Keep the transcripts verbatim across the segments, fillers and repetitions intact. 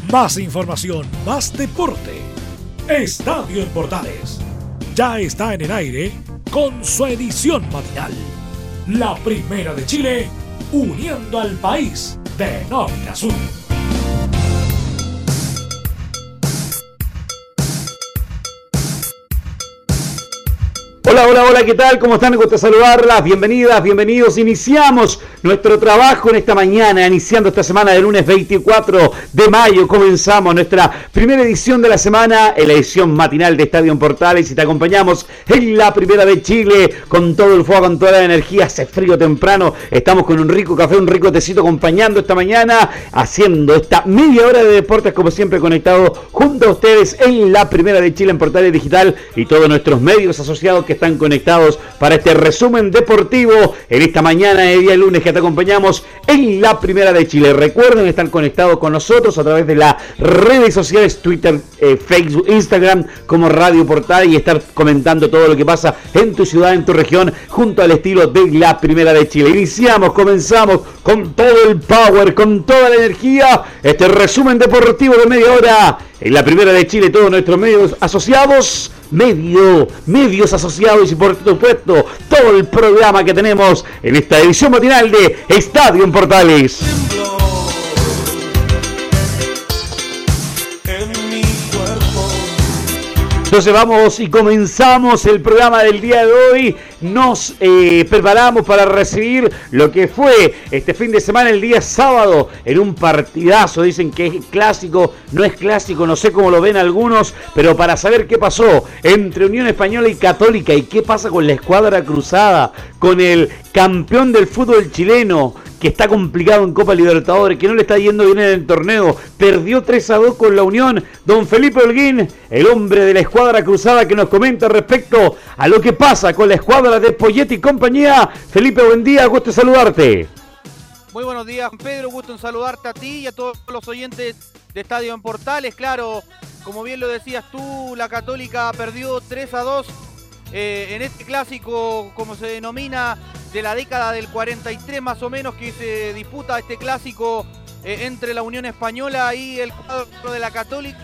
Más información, más deporte. Estadio en Portales ya está en el aire con su edición matinal. La primera de Chile, uniendo al país de norte a sur. Hola, hola, hola, ¿qué tal? ¿Cómo están? Me gusta saludarlas. Bienvenidas, bienvenidos. Iniciamos nuestro trabajo en esta mañana, iniciando esta semana del lunes veinticuatro de mayo. Comenzamos nuestra primera edición de la semana, en la edición matinal de Estadio en Portales, y te acompañamos en la primera de Chile con todo el fuego, con toda la energía. Hace frío temprano, estamos con un rico café, un rico tecito acompañando esta mañana, haciendo esta media hora de deportes, como siempre, conectado junto a ustedes en la primera de Chile en Portales Digital y todos nuestros medios asociados que están conectados para este resumen deportivo en esta mañana de día lunes que te acompañamos en la primera de Chile. Recuerden estar conectados con nosotros a través de las redes sociales, Twitter, eh, Facebook, Instagram, como Radio Portal, y estar comentando todo lo que pasa en tu ciudad, en tu región, junto al estilo de la primera de Chile. Iniciamos, comenzamos con todo el power, con toda la energía, este resumen deportivo de media hora en la primera de Chile, todos nuestros medios asociados, medio, medios asociados y por supuesto todo el programa que tenemos en esta edición matinal de Estadio en Portales. Entonces vamos y comenzamos el programa del día de hoy. Nos eh, preparamos para recibir lo que fue este fin de semana, el día sábado, en un partidazo. Dicen que es clásico, no es clásico, no sé cómo lo ven algunos, pero para saber qué pasó entre Unión Española y Católica y qué pasa con la escuadra cruzada, con el campeón del fútbol chileno, que está complicado en Copa Libertadores, que no le está yendo bien en el torneo, perdió tres a dos con la Unión. Don Felipe Holguín, el hombre de la escuadra cruzada, que nos comenta respecto a lo que pasa con la escuadra de Poyet y compañía. Felipe, buen día, gusto saludarte. Muy buenos días, Pedro, gusto en saludarte a ti y a todos los oyentes de Estadio en Portales. Claro, como bien lo decías tú, la Católica perdió tres a dos eh, en este clásico, como se denomina, de la década del cuarenta y tres más o menos, que se disputa este clásico eh, entre la Unión Española y el cuadro de la Católica.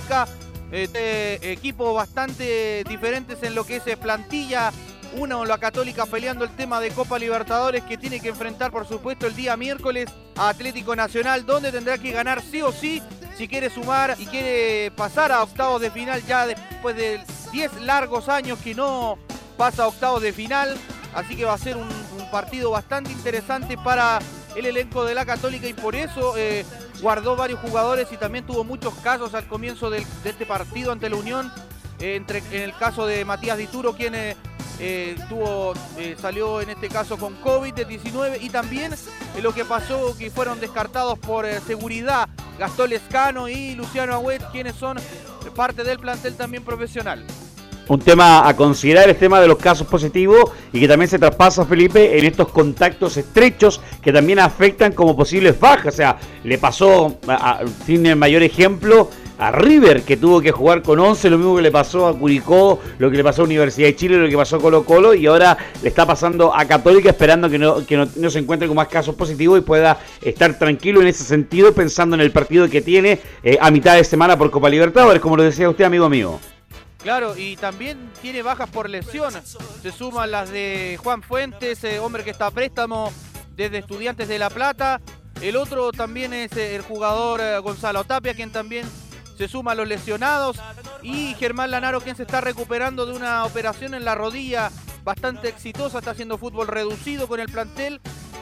Eh, de equipos bastante diferentes en lo que es eh, plantilla. Uno, la Católica peleando el tema de Copa Libertadores, que tiene que enfrentar por supuesto el día miércoles a Atlético Nacional, donde tendrá que ganar sí o sí si quiere sumar y quiere pasar a octavos de final, ya después de diez largos años que no pasa a octavos de final. Así que va a ser un, un partido bastante interesante para el elenco de la Católica, y por eso eh, guardó varios jugadores y también tuvo muchos casos al comienzo del, de este partido ante la Unión, eh, entre, en el caso de Matías Dituro, quien eh, eh, tuvo, eh, salió en este caso con COVID diecinueve, y también eh, lo que pasó, que fueron descartados por eh, seguridad Gastón Lescano y Luciano Agüet, quienes son parte del plantel también profesional. Un tema a considerar, el tema de los casos positivos, y que también se traspasa, Felipe, en estos contactos estrechos que también afectan como posibles bajas. O sea, le pasó, a, a, sin el mayor ejemplo, a River, que tuvo que jugar con once, lo mismo que le pasó a Curicó, lo que le pasó a Universidad de Chile, lo que pasó a Colo Colo, y ahora le está pasando a Católica, esperando que no, que no, no se encuentre con más casos positivos y pueda estar tranquilo en ese sentido, pensando en el partido que tiene eh, a mitad de semana por Copa Libertadores, como lo decía usted, amigo mío. Claro, y también tiene bajas por lesión. Se suman las de Juan Fuentes, eh, hombre que está a préstamo desde Estudiantes de La Plata. El otro también es eh, el jugador eh, Gonzalo Tapia, quien también se suma a los lesionados. Y Germán Lanaro, quien se está recuperando de una operación en la rodilla bastante exitosa. Está haciendo fútbol reducido con el plantel.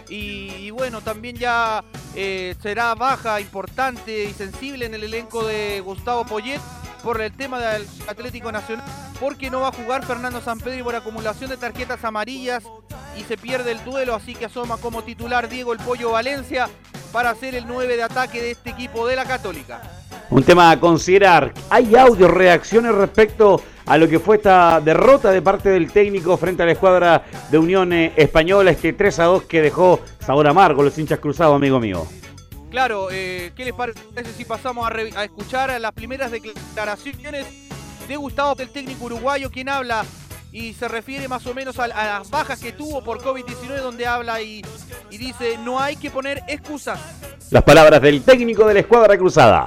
Y, y bueno, también ya eh, será baja importante y sensible en el elenco de Gustavo Poyet por el tema del Atlético Nacional, porque no va a jugar Fernando Sampedri por acumulación de tarjetas amarillas y se pierde el duelo, así que asoma como titular Diego el Pollo Valencia para ser el nueve de ataque de este equipo de la Católica. Un tema a considerar, hay audio, reacciones respecto a lo que fue esta derrota de parte del técnico frente a la escuadra de Unión Española, este tres a dos que dejó sabor amargo los hinchas cruzados, amigo mío. Claro, eh, ¿qué les parece si pasamos a, re- a escuchar las primeras declaraciones de Gustavo, el técnico uruguayo, quien habla y se refiere más o menos a, a las bajas que tuvo por COVID diecinueve, donde habla y, y dice: no hay que poner excusas. Las palabras del técnico de la escuadra cruzada.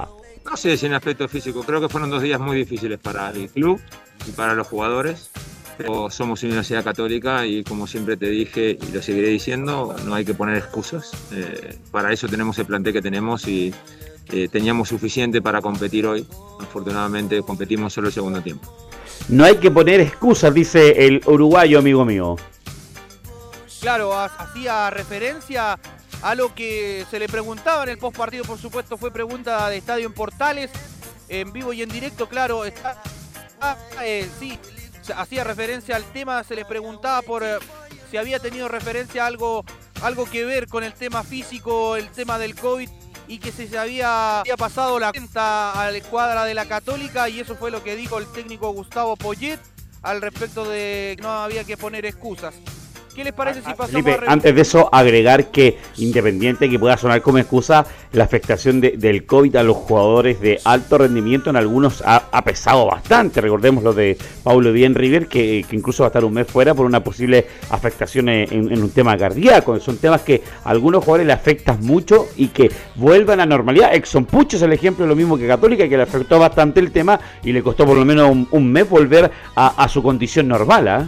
No sé si en aspecto físico, creo que fueron dos días muy difíciles para el club y para los jugadores. Pero somos Universidad Católica y como siempre te dije y lo seguiré diciendo, no hay que poner excusas. Eh, para eso tenemos el plantel que tenemos y eh, teníamos suficiente para competir hoy. Afortunadamente competimos solo el segundo tiempo. No hay que poner excusas, dice el uruguayo amigo mío. Claro, hacía referencia a lo que se le preguntaba en el postpartido, por supuesto, fue pregunta de Estadio en Portales, en vivo y en directo, claro, está, ah, eh, sí, hacía referencia al tema, se le preguntaba por eh, si había tenido referencia a algo, algo que ver con el tema físico, el tema del COVID, y que se había, había pasado la cuenta a la escuadra de la Católica, y eso fue lo que dijo el técnico Gustavo Poyet al respecto de que no había que poner excusas. ¿Qué les parece si pasamos Felipe, a... antes de eso, agregar que, independiente que pueda sonar como excusa, la afectación de, del COVID a los jugadores de alto rendimiento en algunos ha, ha pesado bastante. Recordemos lo de Paulo Bien River, que, que incluso va a estar un mes fuera por una posible afectación en, en un tema cardíaco. Son temas que a algunos jugadores le afectan mucho y que vuelvan a normalidad. Exxon Pucho es el ejemplo, lo mismo que Católica, que le afectó bastante el tema y le costó por lo menos un, un mes volver a, a su condición normal, ¿eh?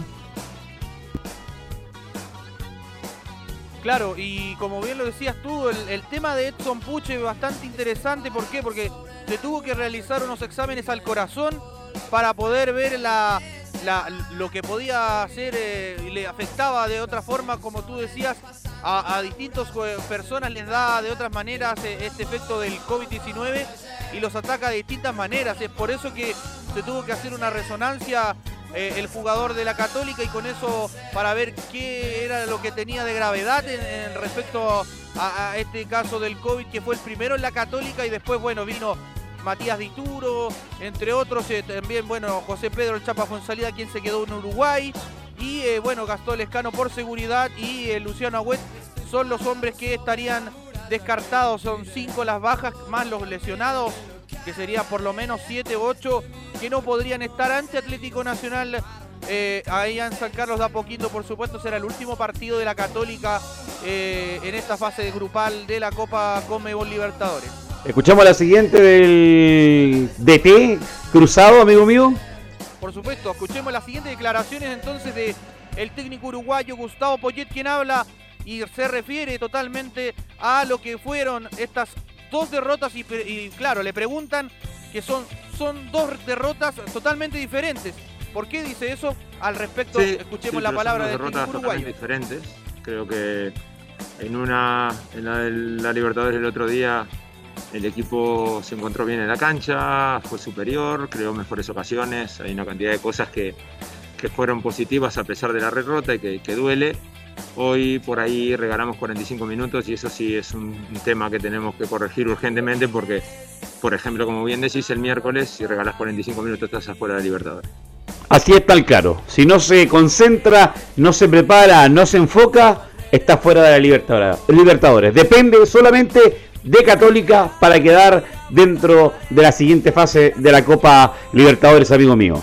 Claro, y como bien lo decías tú, el, el tema de Edson Puche es bastante interesante. ¿Por qué? Porque se tuvo que realizar unos exámenes al corazón para poder ver la, la, lo que podía hacer eh, y le afectaba de otra forma, como tú decías, a, a distintas personas les da de otras maneras eh, este efecto del COVID diecinueve y los ataca de distintas maneras. Es por eso que se tuvo que hacer una resonancia Eh, el jugador de la Católica y con eso para ver qué era lo que tenía de gravedad en, en respecto a, a este caso del COVID, que fue el primero en la Católica, y después bueno vino Matías Dituro, entre otros, eh, también bueno José Pedro el Chapa Fonsalida, quien se quedó en Uruguay, y eh, bueno Gastón Lescano por seguridad, y eh, Luciano Agüet son los hombres que estarían descartados. Son cinco las bajas más los lesionados, que sería por lo menos siete u ocho que no podrían estar ante Atlético Nacional eh, ahí en San Carlos de Apoquindo. Por supuesto será el último partido de la Católica eh, en esta fase grupal de la Copa Conmebol Libertadores. Escuchamos la siguiente del D T Cruzado, amigo mío. Por supuesto, escuchemos las siguientes declaraciones entonces de el técnico uruguayo Gustavo Poyet, quien habla y se refiere totalmente a lo que fueron estas dos derrotas y, y claro, le preguntan que son, son dos derrotas totalmente diferentes. ¿Por qué dice eso? Al respecto, sí, escuchemos sí, la palabra del técnico uruguayo. Diferentes. Creo que en una, en la, en la Libertadores el otro día, el equipo se encontró bien en la cancha, fue superior, creó mejores ocasiones, hay una cantidad de cosas que, que fueron positivas a pesar de la derrota y que, que duele. Hoy por ahí regalamos cuarenta y cinco minutos y eso sí es un, un tema que tenemos que corregir urgentemente porque, por ejemplo, como bien decís, el miércoles si regalás cuarenta y cinco minutos estás afuera de la Libertadores. Así es, tal claro. Si no se concentra, no se prepara, no se enfoca, está fuera de la Libertadores. Depende solamente de Católica para quedar dentro de la siguiente fase de la Copa Libertadores, amigo mío.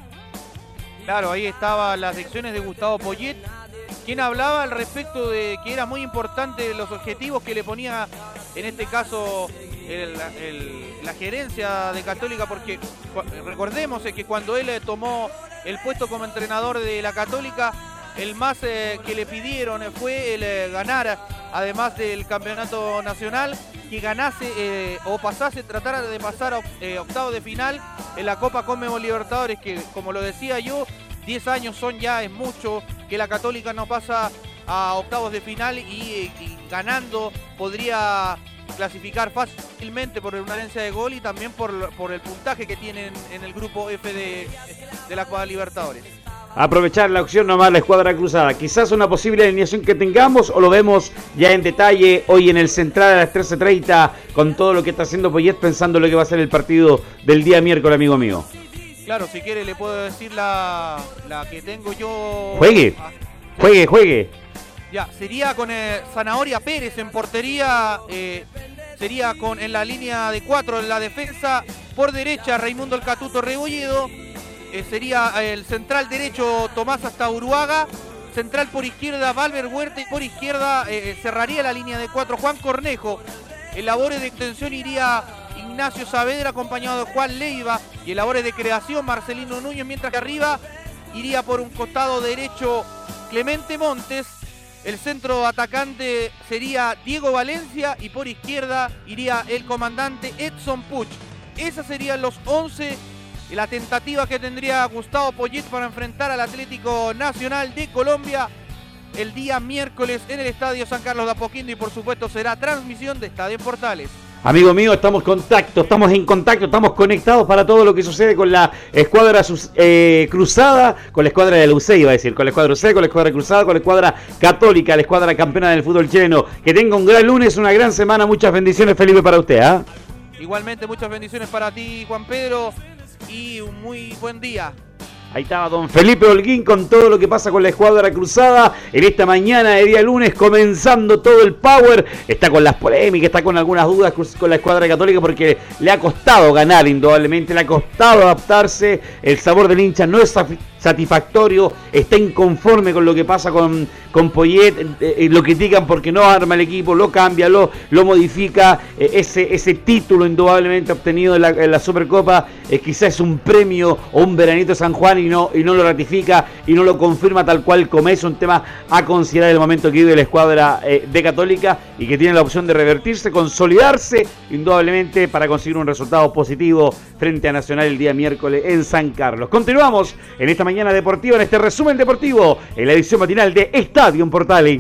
Claro, ahí estaban las lecciones de Gustavo Poyet, quien hablaba al respecto de que era muy importante los objetivos que le ponía, en este caso, el, el, la gerencia de Católica, porque recordemos que cuando él tomó el puesto como entrenador de la Católica, el más eh, que le pidieron fue el eh, ganar, además del campeonato nacional, que ganase eh, o pasase, tratara de pasar a eh, octavo de final en la Copa Conmebol Libertadores, que como lo decía yo, diez años son ya, es mucho, que la Católica no pasa a octavos de final y, y ganando podría clasificar fácilmente por una herencia de gol y también por, por el puntaje que tienen en el grupo F de, de la Copa Libertadores. Aprovechar la opción nomás la escuadra cruzada. Quizás una posible alineación que tengamos o lo vemos ya en detalle hoy en el Central a las trece treinta con todo lo que está haciendo Poyet pensando lo que va a ser el partido del día miércoles, amigo mío. Claro, si quiere le puedo decir la, la que tengo yo. Juegue, juegue, juegue. Ya, sería con eh, Zanahoria Pérez en portería, eh, sería con en la línea de cuatro en la defensa, por derecha Raimundo El Catuto Rebolledo, eh, sería el central derecho Tomás Hasta Uruaga, central por izquierda Valver Huerta y por izquierda eh, cerraría la línea de cuatro Juan Cornejo. En labores de extensión iría Ignacio Saavedra, acompañado de Juan Leiva, y en labores de creación Marcelino Núñez, mientras que arriba iría por un costado derecho Clemente Montes, el centro atacante sería Diego Valencia y por izquierda iría el comandante Edson Puch. Esos serían los once y la tentativa que tendría Gustavo Poyet para enfrentar al Atlético Nacional de Colombia el día miércoles en el Estadio San Carlos de Apoquindo, y por supuesto será transmisión de Estadio en Portales. Amigo mío, estamos en contacto, estamos en contacto, estamos conectados para todo lo que sucede con la escuadra eh, cruzada, con la escuadra de la U C E, iba a decir, con la escuadra U C E, con la escuadra cruzada, con la escuadra católica, la escuadra campeona del fútbol chileno. Que tenga un gran lunes, una gran semana, muchas bendiciones, Felipe, para usted, ¿ah? ¿eh? Igualmente, muchas bendiciones para ti, Juan Pedro, y un muy buen día. Ahí estaba don Felipe Holguín con todo lo que pasa con la escuadra cruzada en esta mañana de día lunes, comenzando todo el power. Está con las polémicas, está con algunas dudas con la escuadra católica porque le ha costado ganar, indudablemente, le ha costado adaptarse. El sabor del hincha no es satisfactorio, está inconforme con lo que pasa con, con Poyet, eh, lo critican porque no arma el equipo, lo cambia, lo, lo modifica. Eh, ese, ese título indudablemente obtenido en la, en la Supercopa eh, quizás es un premio o un veranito de San Juan y no, y no lo ratifica y no lo confirma tal cual como es un tema a considerar el momento que vive la escuadra eh, de Católica, y que tiene la opción de revertirse, consolidarse indudablemente para conseguir un resultado positivo frente a Nacional el día miércoles en San Carlos. Continuamos en esta mañana deportiva, en este resumen deportivo, en la edición matinal de Estadio en Portales.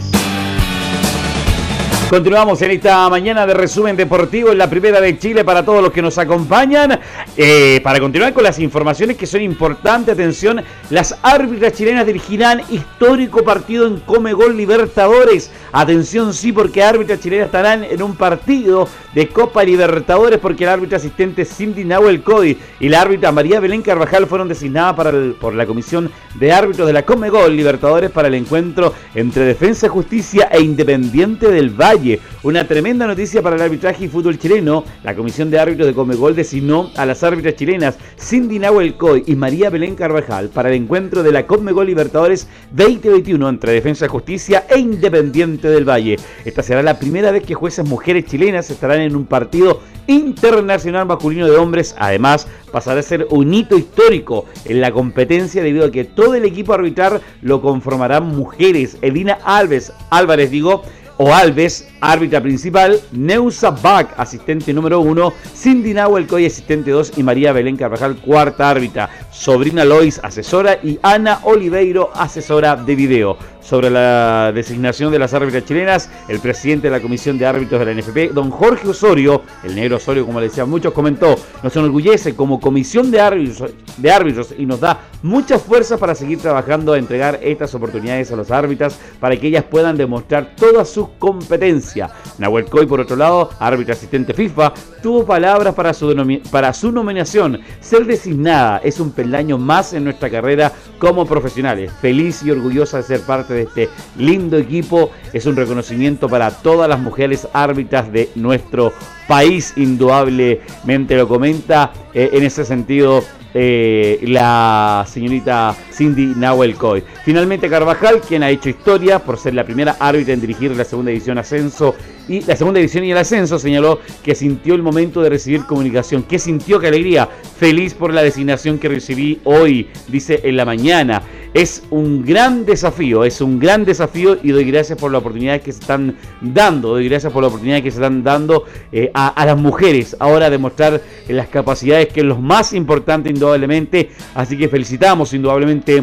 Continuamos en esta mañana de resumen deportivo en la Primera de Chile para todos los que nos acompañan. Eh, para continuar con las informaciones que son importantes, atención, las árbitras chilenas dirigirán histórico partido en Comegol Libertadores. Atención, sí, porque árbitras chilenas estarán en un partido de Copa Libertadores, porque el árbitra asistente Cindy Nahuel Coy y la árbitra María Belén Carvajal fueron designadas para el, por la Comisión de Árbitros de la Comegol Libertadores para el encuentro entre Defensa, Justicia e Independiente del Valle. Una tremenda noticia para el arbitraje y fútbol chileno. La Comisión de Árbitros de Comegol designó a las árbitras chilenas Cindy Nahuel Coy y María Belén Carvajal para el encuentro de la Comegol Libertadores veinte veintiuno entre Defensa, Justicia e Independiente del Valle. Esta será la primera vez que jueces mujeres chilenas estarán en un partido internacional masculino de hombres. Además, pasará a ser un hito histórico en la competencia debido a que todo el equipo arbitral lo conformarán mujeres. Elina Alves, Álvarez digo, o Alves, árbitra principal, Neusa Bach, asistente número uno, Cindy Nahuel Coy, asistente dos, y María Belén Carvajal, cuarta árbitra, Sobrina Lois, asesora, y Ana Oliveiro, asesora de video. Sobre la designación de las árbitras chilenas, el presidente de la Comisión de Árbitros de la N F P, don Jorge Osorio, el negro Osorio como le decían muchos, comentó: nos enorgullece como Comisión de Árbitros, de árbitros y nos da mucha fuerza para seguir trabajando a entregar estas oportunidades a los árbitras para que ellas puedan demostrar toda su competencia. Nahuel Coy, por otro lado, árbitra asistente FIFA, tuvo palabras para su, denomi- para su nominación. Ser designada es un peldaño más en nuestra carrera como profesionales. Feliz y orgullosa de ser parte de este lindo equipo. Es un reconocimiento para todas las mujeres árbitras de nuestro país, indudablemente lo comenta eh, en ese sentido eh, la señorita Cindy Nahuel Coy. Finalmente Carvajal, quien ha hecho historia por ser la primera árbitra en dirigir la segunda división ascenso y la segunda división y el ascenso, señaló que sintió el momento de recibir comunicación. ¿Qué sintió? ¡Qué alegría! Feliz por la designación que recibí hoy, dice en la mañana. Es un gran desafío, es un gran desafío y doy gracias por las oportunidades que se están dando, doy gracias por las oportunidades que se están dando eh, a, a las mujeres ahora de mostrar eh, las capacidades, que es lo más importante indudablemente. Así que felicitamos indudablemente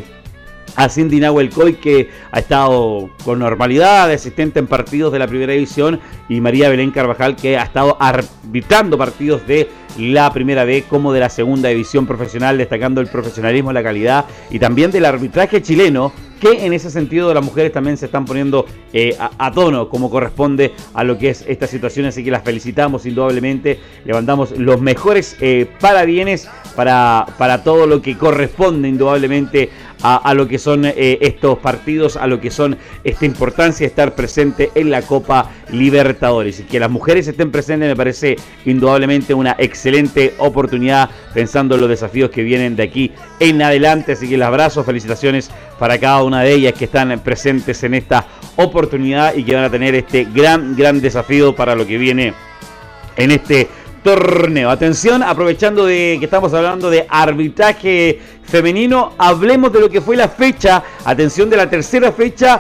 a Cindy Nahuel Coy, que ha estado con normalidad de asistente en partidos de la primera división, y María Belén Carvajal, que ha estado arbitrando partidos de la primera B como de la segunda división profesional, destacando el profesionalismo, la calidad y también del arbitraje chileno, que en ese sentido las mujeres también se están poniendo eh, a, a tono como corresponde a lo que es esta situación. Así que las felicitamos indudablemente, le mandamos los mejores eh, parabienes para, para todo lo que corresponde indudablemente a, a lo que son eh, estos partidos, a lo que son esta importancia de estar presente en la Copa Libertadores. Y que las mujeres estén presentes me parece indudablemente una excelente oportunidad, pensando en los desafíos que vienen de aquí en adelante. Así que el abrazo, felicitaciones para cada una de ellas que están presentes en esta oportunidad y que van a tener este gran, gran desafío para lo que viene en este torneo. Atención, aprovechando de que estamos hablando de arbitraje femenino, hablemos de lo que fue la fecha, atención, de la tercera fecha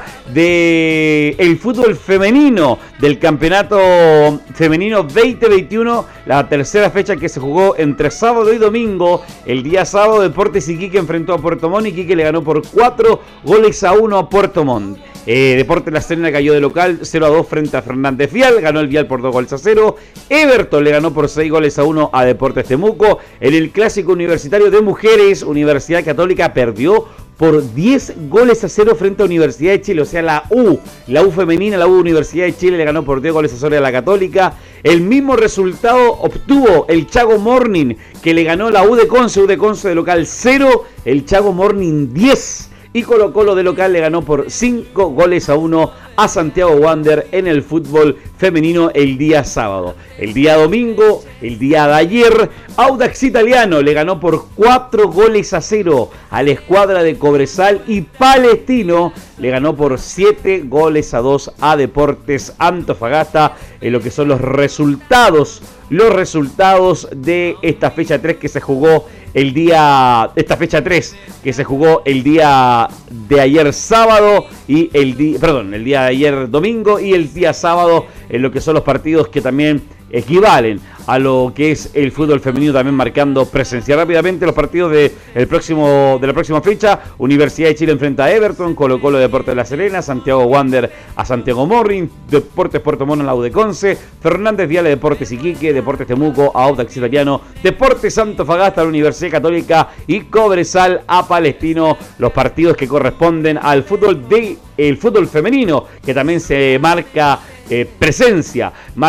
de el fútbol femenino del campeonato femenino veinte veintiuno, la tercera fecha que se jugó entre sábado y domingo. El día sábado, Deportes Iquique enfrentó a Puerto Montt y Iquique le ganó por cuatro goles a uno a Puerto Montt. Eh, Deportes La Serena cayó de local cero a dos frente a Fernández Vial, ganó el Vial por dos goles a cero. Everton le ganó por seis goles a uno a Deportes Temuco. En el clásico universitario de mujeres, Universidad Católica perdió por diez goles a cero frente a Universidad de Chile, o sea, la U, la U femenina, la U Universidad de Chile le ganó por diez goles a cero a la Católica. El mismo resultado obtuvo el Chago Morning, que le ganó la U de Conce, U de Conce de local cero, el Chago Morning diez. Y Colo Colo de local le ganó por cinco goles a uno a Santiago Wander en el fútbol femenino el día sábado. El día domingo, el día de ayer, Audax Italiano le ganó por cuatro goles a cero a la escuadra de Cobresal y Palestino le ganó por siete goles a dos a Deportes Antofagasta en lo que son los resultados, los resultados de esta fecha tres que se jugó el día, esta fecha tres que se jugó el día de ayer sábado y el día, perdón, el día de ayer domingo y el día sábado en lo que son los partidos que también equivalen a lo que es el fútbol femenino, también marcando presencia. Rápidamente los partidos de, el próximo, de la próxima fecha: Universidad de Chile enfrenta a Everton, Colo Colo Deportes de La Serena, Santiago Wander a Santiago Morning, Deportes Puerto Montt a la U de Conce, Fernández Vial Deportes Iquique, Deportes Temuco a Audax Italiano, Deportes Antofagasta a la Universidad Católica y Cobresal a Palestino. Los partidos que corresponden al fútbol de el fútbol femenino, que también se marca Eh, presencia,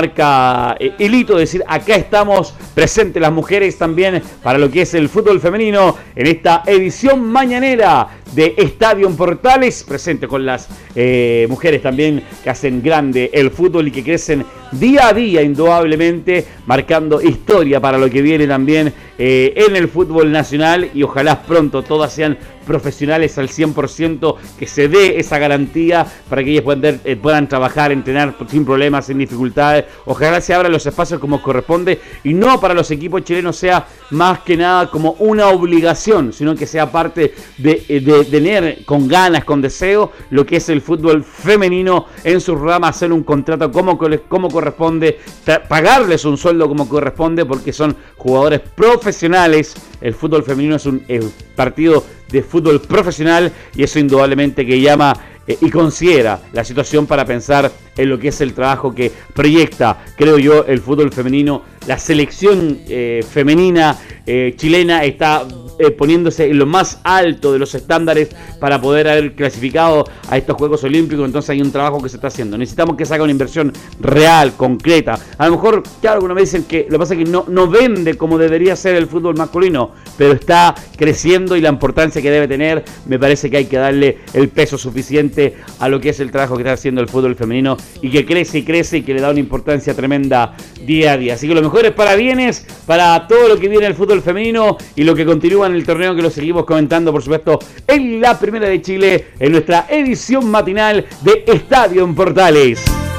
marca eh, el hito de decir acá estamos presentes las mujeres también para lo que es el fútbol femenino en esta edición mañanera de Estadio en Portales, presente con las eh, mujeres también que hacen grande el fútbol y que crecen día a día indudablemente, marcando historia para lo que viene también eh, en el fútbol nacional, y ojalá pronto todas sean profesionales al cien por ciento, que se dé esa garantía para que ellas puedan, eh, puedan trabajar, entrenar sin problemas, sin dificultades. Ojalá se abran los espacios como corresponde y no para los equipos chilenos sea más que nada como una obligación, sino que sea parte de, de, de tener con ganas, con deseo, lo que es el fútbol femenino en sus ramas, hacer un contrato como, como corresponde, pagarles un sueldo como corresponde, porque son jugadores profesionales. El fútbol femenino es un el partido de fútbol profesional y eso indudablemente que llama eh, y considera la situación para pensar en lo que es el trabajo que proyecta, creo yo, el fútbol femenino. La selección eh, femenina eh, chilena está eh, poniéndose en lo más alto de los estándares para poder haber clasificado a estos Juegos Olímpicos. Entonces hay un trabajo que se está haciendo. Necesitamos que se haga una inversión real, concreta. A lo mejor, claro, algunos me dicen que lo que pasa es que no, no vende como debería ser el fútbol masculino, pero está creciendo y la importancia que debe tener, me parece que hay que darle el peso suficiente a lo que es el trabajo que está haciendo el fútbol femenino y que crece y crece y que le da una importancia tremenda día a día. Así que los mejores parabienes para todo lo que viene el fútbol femenino y lo que continúa en el torneo, que lo seguimos comentando, por supuesto, en la Primera de Chile, en nuestra edición matinal de Estadio en Portales.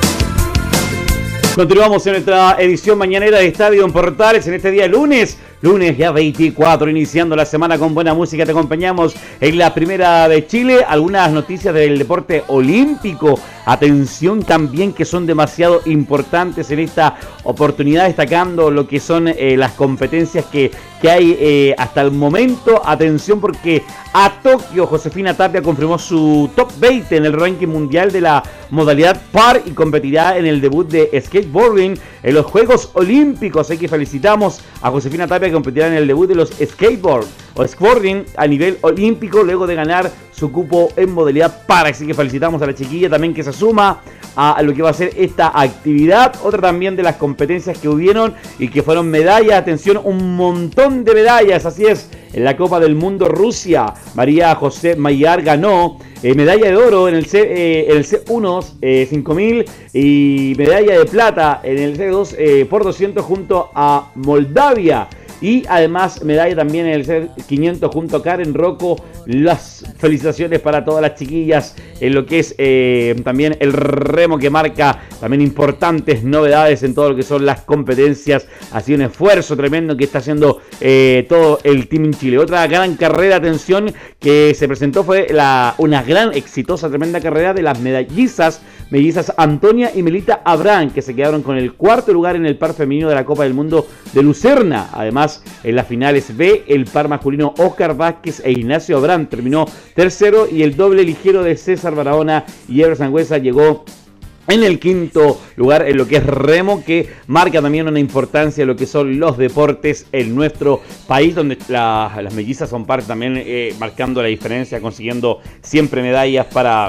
Continuamos en nuestra edición mañanera de Estadio en Portales en este día lunes, lunes ya veinticuatro, iniciando la semana con buena música. Te acompañamos en la Primera de Chile. Algunas noticias del deporte olímpico, atención también, que son demasiado importantes en esta oportunidad, destacando lo que son eh, las competencias que, que hay eh, hasta el momento. Atención, porque a Tokio Josefina Tapia confirmó su top veinte en el ranking mundial de la modalidad par y competirá en el debut de skateboarding en los Juegos Olímpicos. Así que felicitamos a Josefina Tapia, que competirá en el debut de los skateboard o skateboarding a nivel olímpico luego de ganar su cupo en modalidad par. Así que felicitamos a la chiquilla también, que se suma a lo que va a ser esta actividad. Otra también de las competencias que hubieron y que fueron medallas, atención, un montón de medallas, así es, en la Copa del Mundo Rusia, María José Mayar ganó eh, medalla de oro en el C, eh, en el C uno eh, cinco mil y medalla de plata en el C dos eh, por doscientos junto a Moldavia. y además medalla también en el quinientos junto a Karen Rocco. Las felicitaciones para todas las chiquillas en lo que es eh, también el remo, que marca también importantes novedades en todo lo que son las competencias. Ha sido un esfuerzo tremendo que está haciendo eh, todo el Team Chile. Otra gran carrera, atención, que se presentó fue la, una gran, exitosa, tremenda carrera de las medallizas, mellizas Antonia y Melita Abraham, que se quedaron con el cuarto lugar en el par femenino de la Copa del Mundo de Lucerna. Además, en las finales B, el par masculino Oscar Vázquez e Ignacio Abraham terminó tercero, y el doble ligero de César Barahona y Ever Sangüesa llegó en el quinto lugar en lo que es remo, que marca también una importancia en lo que son los deportes en nuestro país, donde la, las mellizas son parte también eh, marcando la diferencia, consiguiendo siempre medallas para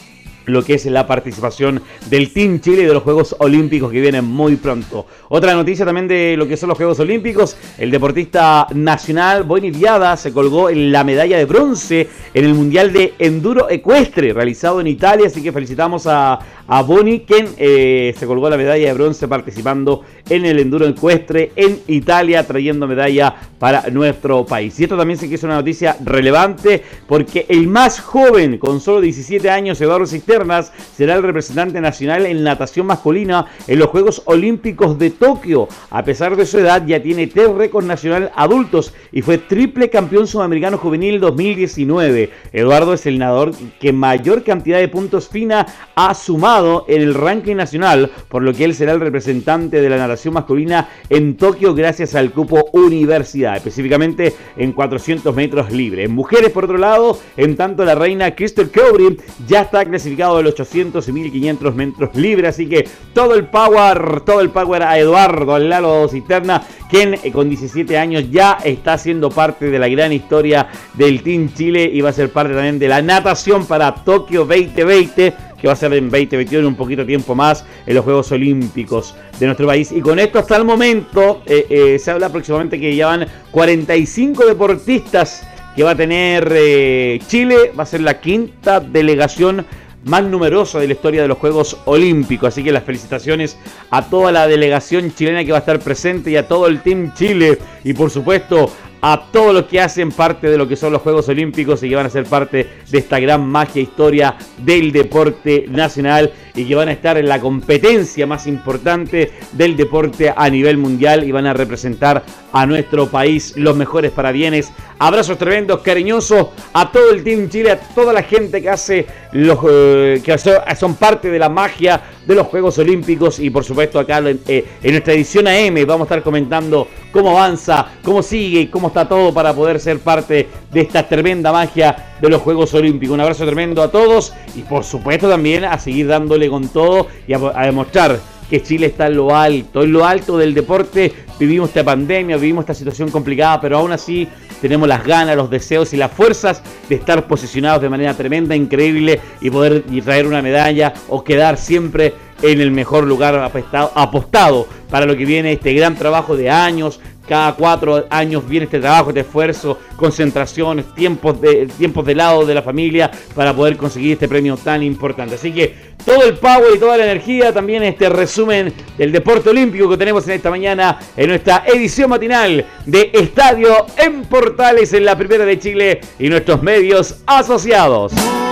lo que es la participación del Team Chile y de los Juegos Olímpicos que vienen muy pronto. Otra noticia también de lo que son los Juegos Olímpicos: el deportista nacional Boni Viada se colgó en la medalla de bronce en el Mundial de Enduro Ecuestre realizado en Italia, así que felicitamos a, a Boni, quien eh, se colgó la medalla de bronce participando en el Enduro Ecuestre en Italia, trayendo medalla para nuestro país. Y esto también sí que es una noticia relevante, porque el más joven, con solo diecisiete años, Eduardo Cisternas, será el representante nacional en natación masculina en los Juegos Olímpicos de Tokio. A pesar de su edad, ya tiene tres récords nacional adultos y fue triple campeón sudamericano juvenil dos mil diecinueve. Eduardo es el nadador que mayor cantidad de puntos FINA ha sumado en el ranking nacional, por lo que él será el representante de la natación masculina en Tokio gracias al cupo universidad, específicamente en cuatrocientos metros libre. En mujeres, por otro lado, en tanto la reina Crystal Cowry ya está clasificada del ochocientos y mil quinientos metros libre, así que todo el power, todo el power a Eduardo, al Lalo Cisterna, quien eh, con diecisiete años ya está siendo parte de la gran historia del Team Chile y va a ser parte también de la natación para Tokio veinte veinte, que va a ser en veinte veintiuno, un poquito tiempo más, en los Juegos Olímpicos de nuestro país. Y con esto, hasta el momento, eh, eh, se habla aproximadamente que ya van cuarenta y cinco deportistas que va a tener eh, Chile. Va a ser la quinta delegación más numerosa de la historia de los Juegos Olímpicos, así que las felicitaciones a toda la delegación chilena que va a estar presente y a todo el Team Chile, y por supuesto a todos los que hacen parte de lo que son los Juegos Olímpicos y que van a ser parte de esta gran magia, historia del deporte nacional, y que van a estar en la competencia más importante del deporte a nivel mundial y van a representar a nuestro país, los mejores parabienes. Abrazos tremendos, cariñosos a todo el Team Chile, a toda la gente que hace los eh, que son parte de la magia de los Juegos Olímpicos, y por supuesto acá eh, en nuestra edición A M vamos a estar comentando cómo avanza, cómo sigue, cómo está todo para poder ser parte de esta tremenda magia de los Juegos Olímpicos. Un abrazo tremendo a todos, y por supuesto también a seguir dándole con todo y a, a demostrar que Chile está en lo alto, en lo alto del deporte. Vivimos esta pandemia, vivimos esta situación complicada, pero aún así tenemos las ganas, los deseos y las fuerzas de estar posicionados de manera tremenda, increíble, y poder y traer una medalla o quedar siempre en el mejor lugar apostado, apostado para lo que viene, este gran trabajo de años. Cada cuatro años viene este trabajo, este esfuerzo, concentraciones, tiempos de, tiempos de lado de la familia para poder conseguir este premio tan importante. Así que todo el power y toda la energía, también este resumen del deporte olímpico que tenemos en esta mañana en nuestra edición matinal de Estadio en Portales, en la Primera de Chile y nuestros medios asociados.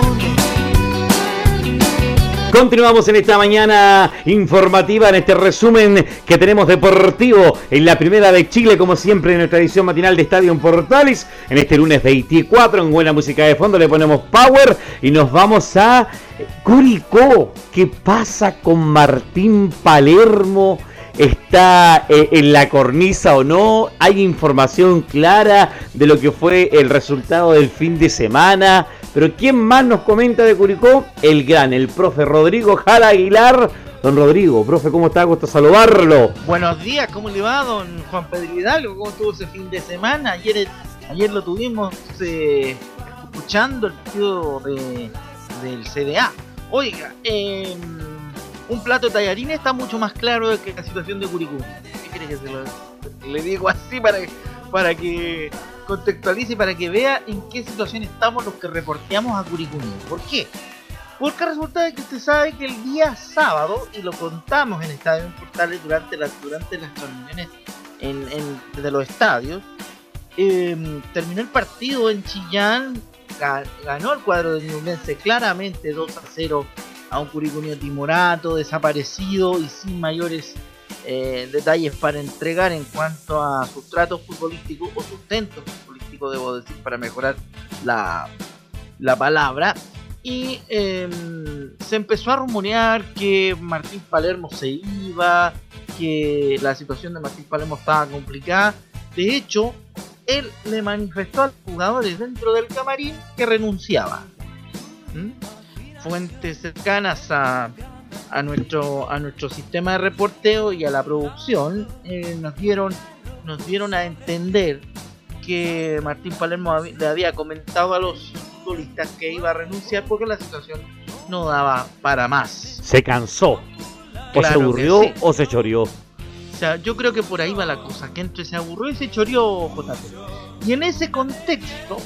Continuamos en esta mañana informativa, en este resumen que tenemos deportivo en la Primera de Chile, como siempre en nuestra edición matinal de Estadio en Portales, en este lunes veinticuatro, en buena música de fondo, le ponemos power y nos vamos a Curicó. ¿Qué pasa con Martín Palermo? ¿Está eh, en la cornisa o no? ¿Hay información clara de lo que fue el resultado del fin de semana? Pero ¿quién más nos comenta de Curicó? El gran, el profe Rodrigo Jara Aguilar. Don Rodrigo, profe, ¿cómo está? Gusto saludarlo. Buenos días, ¿cómo le va, don Juan Pedro Hidalgo? ¿Cómo estuvo ese fin de semana? Ayer, ayer lo tuvimos eh, escuchando el partido de, del C D A. Oiga, eh, un plato de tallarines está mucho más claro que la situación de Curicó. ¿Qué quiere que se lo le digo así para, para que contextualice, para que vea en qué situación estamos los que reporteamos a Curicó? ¿Por qué? Porque resulta que usted sabe que el día sábado, y lo contamos en Estadio Portales durante las, durante las transmisiones en, en, de los estadios. Eh, terminó el partido en Chillán, ganó el cuadro de Ñublense claramente dos a cero a un Curicó Unido timorato, desaparecido y sin mayores eh, detalles para entregar en cuanto a sustrato futbolístico o sustento futbolístico, debo decir, para mejorar la, la palabra. Y eh, se empezó a rumorear que Martín Palermo se iba, que la situación de Martín Palermo estaba complicada. De hecho, él le manifestó a los jugadores dentro del camarín que renunciaba. ¿Mm? Fuentes cercanas a, a, nuestro, a nuestro sistema de reporteo y a la producción eh, nos, dieron, nos dieron a entender que Martín Palermo le había comentado a los futbolistas que iba a renunciar porque la situación no daba para más. Se cansó, o claro, se aburrió sí. o se choreó. O sea, yo creo que por ahí va la cosa, que entre se aburrió y se choreó J P. Y en ese contexto,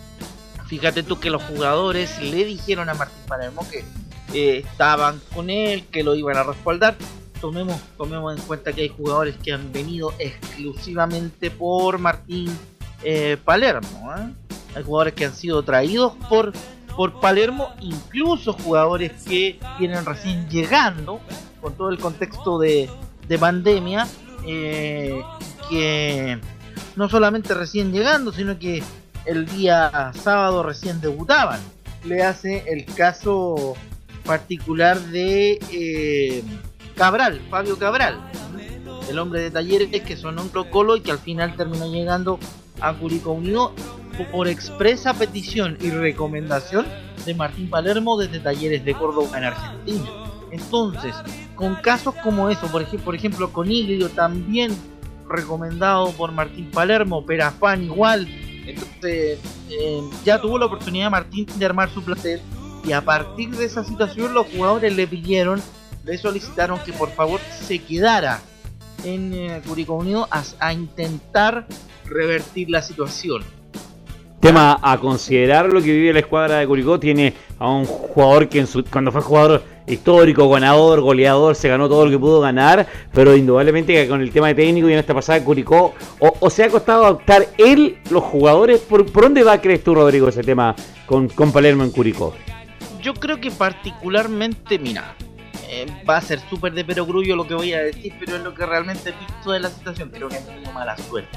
fíjate tú que los jugadores le dijeron a Martín Palermo que eh, estaban con él, que lo iban a respaldar. Tomemos, tomemos en cuenta que hay jugadores que han venido exclusivamente por Martín eh, Palermo, ¿eh? Hay jugadores que han sido traídos por, por Palermo, incluso jugadores que vienen recién llegando, con todo el contexto de, de pandemia, eh, que no solamente recién llegando, sino que el día sábado recién debutaban. Le hace el caso particular de eh, Cabral, Fabio Cabral, el hombre de Talleres que sonó en Colo Colo y que al final terminó llegando a Curicó Unido por expresa petición y recomendación de Martín Palermo desde Talleres de Córdoba en Argentina. Entonces, con casos como eso, por ejemplo, por ejemplo Coniglio también recomendado por Martín Palermo, Perafán igual, entonces eh, ya tuvo la oportunidad Martín de armar su plantel y a partir de esa situación los jugadores le pidieron, le solicitaron que por favor se quedara en eh, Curicó Unido a, a intentar revertir la situación. Tema a considerar lo que vive la escuadra de Curicó. Tiene a un jugador que en su, cuando fue jugador histórico, ganador, goleador, se ganó todo lo que pudo ganar, pero indudablemente que con el tema de técnico y en esta pasada de Curicó o, o se ha costado adoptar él, los jugadores. ¿Por, por dónde va, crees tú, Rodrigo, ese tema con, con Palermo en Curicó? Yo creo que particularmente, mira, eh, va a ser súper de perogrullo lo que voy a decir, pero es lo que realmente he visto de la situación. Creo que ha tenido mala suerte,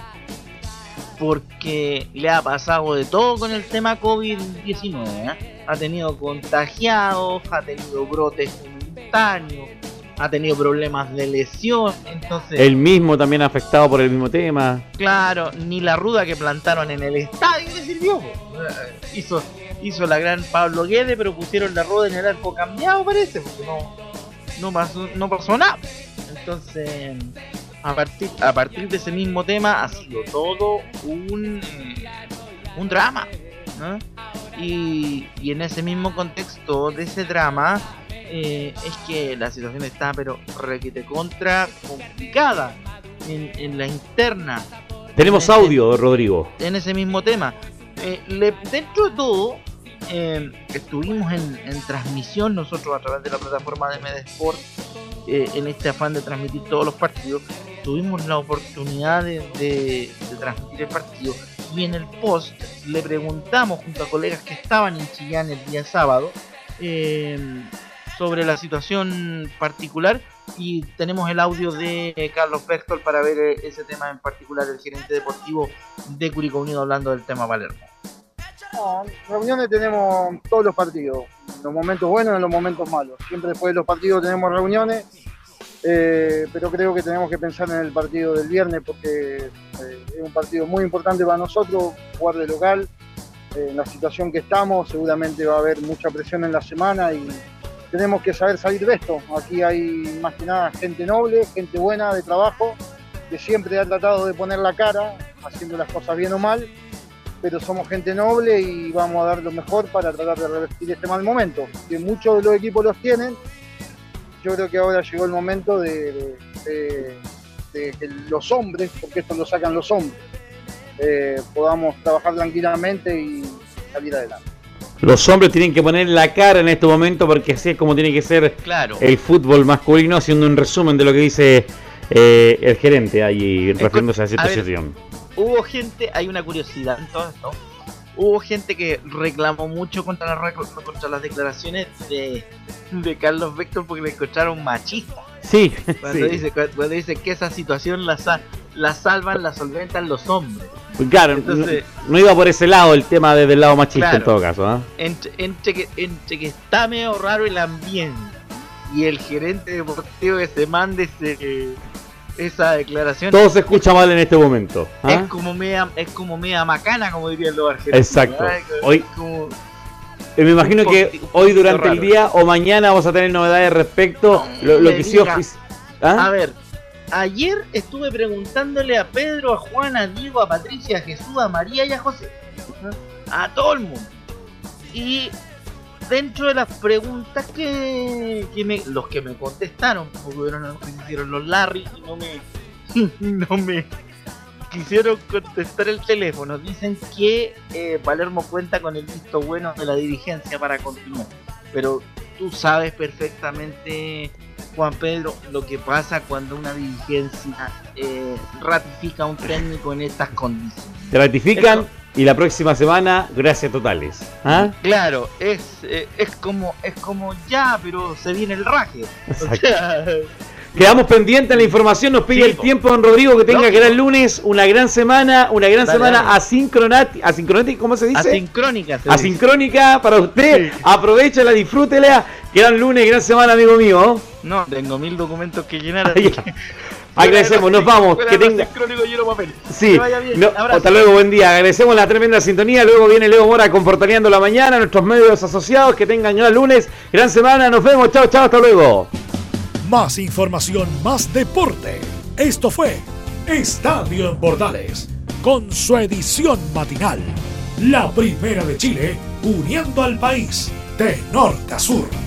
porque le ha pasado de todo con el tema COVID diecinueve, ¿eh? Ha tenido contagiados, ha tenido brotes momentáneos, ha tenido problemas de lesión, entonces... El mismo también afectado por el mismo tema. Claro, ni la ruda que plantaron en el estadio le sirvió. Hizo, hizo la gran Pablo Guede, pero pusieron la rueda en el arco cambiado, parece, porque no, no, pasó, no pasó nada. Entonces... A partir, a partir de ese mismo tema ha sido todo un, un drama, ¿no? Y, y en ese mismo contexto de ese drama eh, es que la situación está pero requete contra complicada en, en la interna. Tenemos en audio, ese, Rodrigo. En ese mismo tema. Eh, le, dentro de todo, eh, estuvimos en, en transmisión nosotros a través de la plataforma de Medesport. Eh, en este afán de transmitir todos los partidos, tuvimos la oportunidad de, de, de transmitir el partido y en el post le preguntamos junto a colegas que estaban en Chillán el día sábado eh, sobre la situación particular y tenemos el audio de Carlos Bertol para ver ese tema en particular, el gerente deportivo de Curicó Unido hablando del tema Palermo. No, reuniones tenemos todos los partidos, en los momentos buenos y en los momentos malos. Siempre después de los partidos tenemos reuniones, eh, pero creo que tenemos que pensar en el partido del viernes porque eh, es un partido muy importante para nosotros, jugar de local. Eh, en la situación que estamos seguramente va a haber mucha presión en la semana y tenemos que saber salir de esto. Aquí hay más que nada gente noble, gente buena de trabajo, que siempre ha tratado de poner la cara, haciendo las cosas bien o mal, pero somos gente noble y vamos a dar lo mejor para tratar de revertir este mal momento, que muchos de los equipos los tienen. Yo creo que ahora llegó el momento de, de, de que los hombres, porque esto lo sacan los hombres, eh, podamos trabajar tranquilamente y salir adelante. Los hombres tienen que poner la cara en este momento porque así es como tiene que ser, claro, el fútbol masculino, haciendo un resumen de lo que dice eh, el gerente allí refiriéndose a esa a ver, situación. Hubo gente, hay una curiosidad en todo esto. Hubo gente que reclamó mucho contra, la, contra las declaraciones de, de Carlos Víctor porque le encontraron machista. Sí, Cuando, sí. Dice, cuando dice que esa situación la, la salvan, la solventan los hombres. Claro, Entonces, no, no iba por ese lado el tema desde el lado machista, claro, en todo caso. ¿eh? Entre, entre, que, entre que está medio raro el ambiente y el gerente deportivo que se mande ese, esa declaración. Todo se escucha mal en este momento. ¿eh? Es como media, es como media macana, como dirían los argentinos. Exacto. ¿verdad? Hoy, como, me imagino que poquito, hoy durante raro. el día o mañana vamos a tener novedades respecto No, lo, lo me que sí diga. ofici- ¿Ah? A ver, ayer estuve preguntándole a Pedro, a Juan, a Diego, a Patricia, a Jesús, a María y a José. A todo el mundo. Y dentro de las preguntas que, que me, los que me contestaron, porque fueron los que hicieron los Larry y no me, no me quisieron contestar el teléfono. Dicen que eh, Palermo cuenta con el visto bueno de la dirigencia para continuar. Pero tú sabes perfectamente, Juan Pedro, lo que pasa cuando una dirigencia eh, ratifica a un técnico en estas condiciones. Te ratifican Eso. y la próxima semana, gracias totales. ¿Ah? Claro, es eh, es como es como ya, pero se viene el raje. O sea, Quedamos pendientes de la información, nos pide Sí, el po. tiempo, don Rodrigo, que tenga Lógico. gran lunes, una gran semana, una gran Dale, semana dale. asincronática, asincronática, ¿cómo se dice? asincrónica. se dice. Asincrónica para usted, Sí. aprovechala, disfrútela, gran lunes, gran semana, amigo mío. No, tengo mil documentos que llenar. así que- Agradecemos, nos vamos, Fuera que de tenga... asincrónico lleno papel. Sí, Que vaya bien, no, abrazo. hasta luego, buen día. Agradecemos la tremenda sintonía. Luego viene Leo Mora comportaneando la mañana, nuestros medios asociados. Que tengan gran lunes, gran semana. Nos vemos. Chao, chao, hasta luego. Más información, más deporte. Esto fue Estadio en Portales, con su edición matinal. La primera de Chile, uniendo al país de norte a sur.